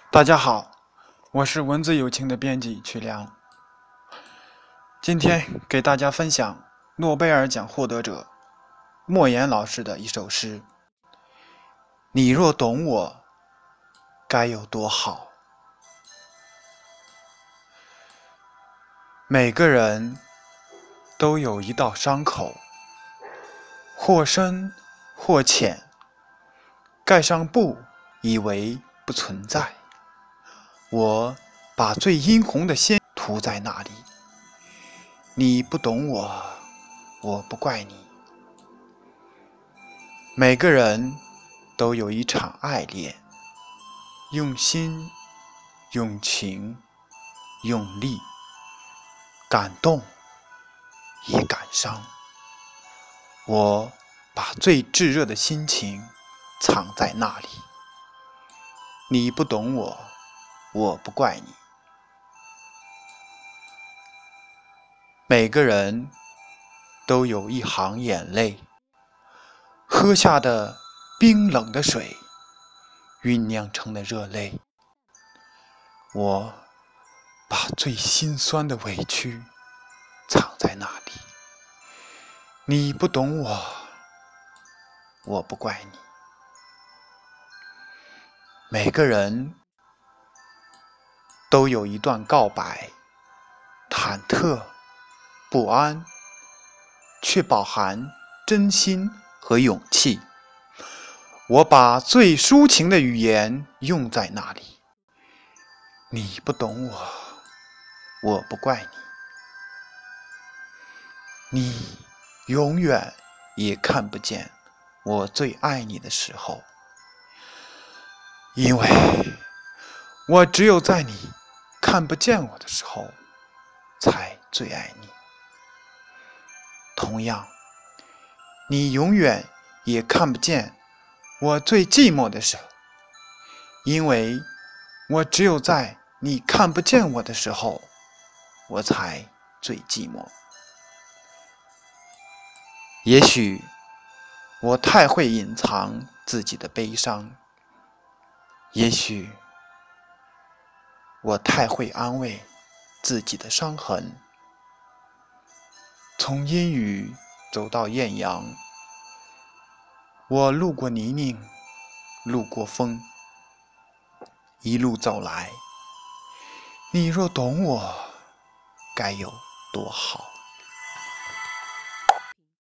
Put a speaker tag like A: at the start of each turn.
A: 大家好，我是文字有情的编辑曲良。今天给大家分享诺贝尔奖获得者莫言老师的一首诗：你若懂我，该有多好。每个人都有一道伤口，或深或浅，盖上布以为不存在。我把最殷红的鲜涂在那里。你不懂我，我不怪你。每个人都有一场爱恋，用心，用情，用力，感动也感伤。我把最炙热的心情藏在那里。你不懂我，我不怪你。每个人都有一行眼泪，喝下的冰冷的水酝酿成了热泪。我把最心酸的委屈藏在那里。你不懂我，我不怪你。每个人都有一段告白，忐忑不安，却饱含真心和勇气。我把最抒情的语言用在那里。你不懂我，我不怪你。你永远也看不见我最爱你的时候，因为我只有在你看不见我的时候才最爱你。同样，你永远也看不见我最寂寞的时候，因为我只有在你看不见我的时候，我才最寂寞。也许我太会隐藏自己的悲伤，也许我太会安慰自己的伤痕。从阴雨走到艳阳，我路过泥泞，路过风，一路走来。你若懂我，该有多好。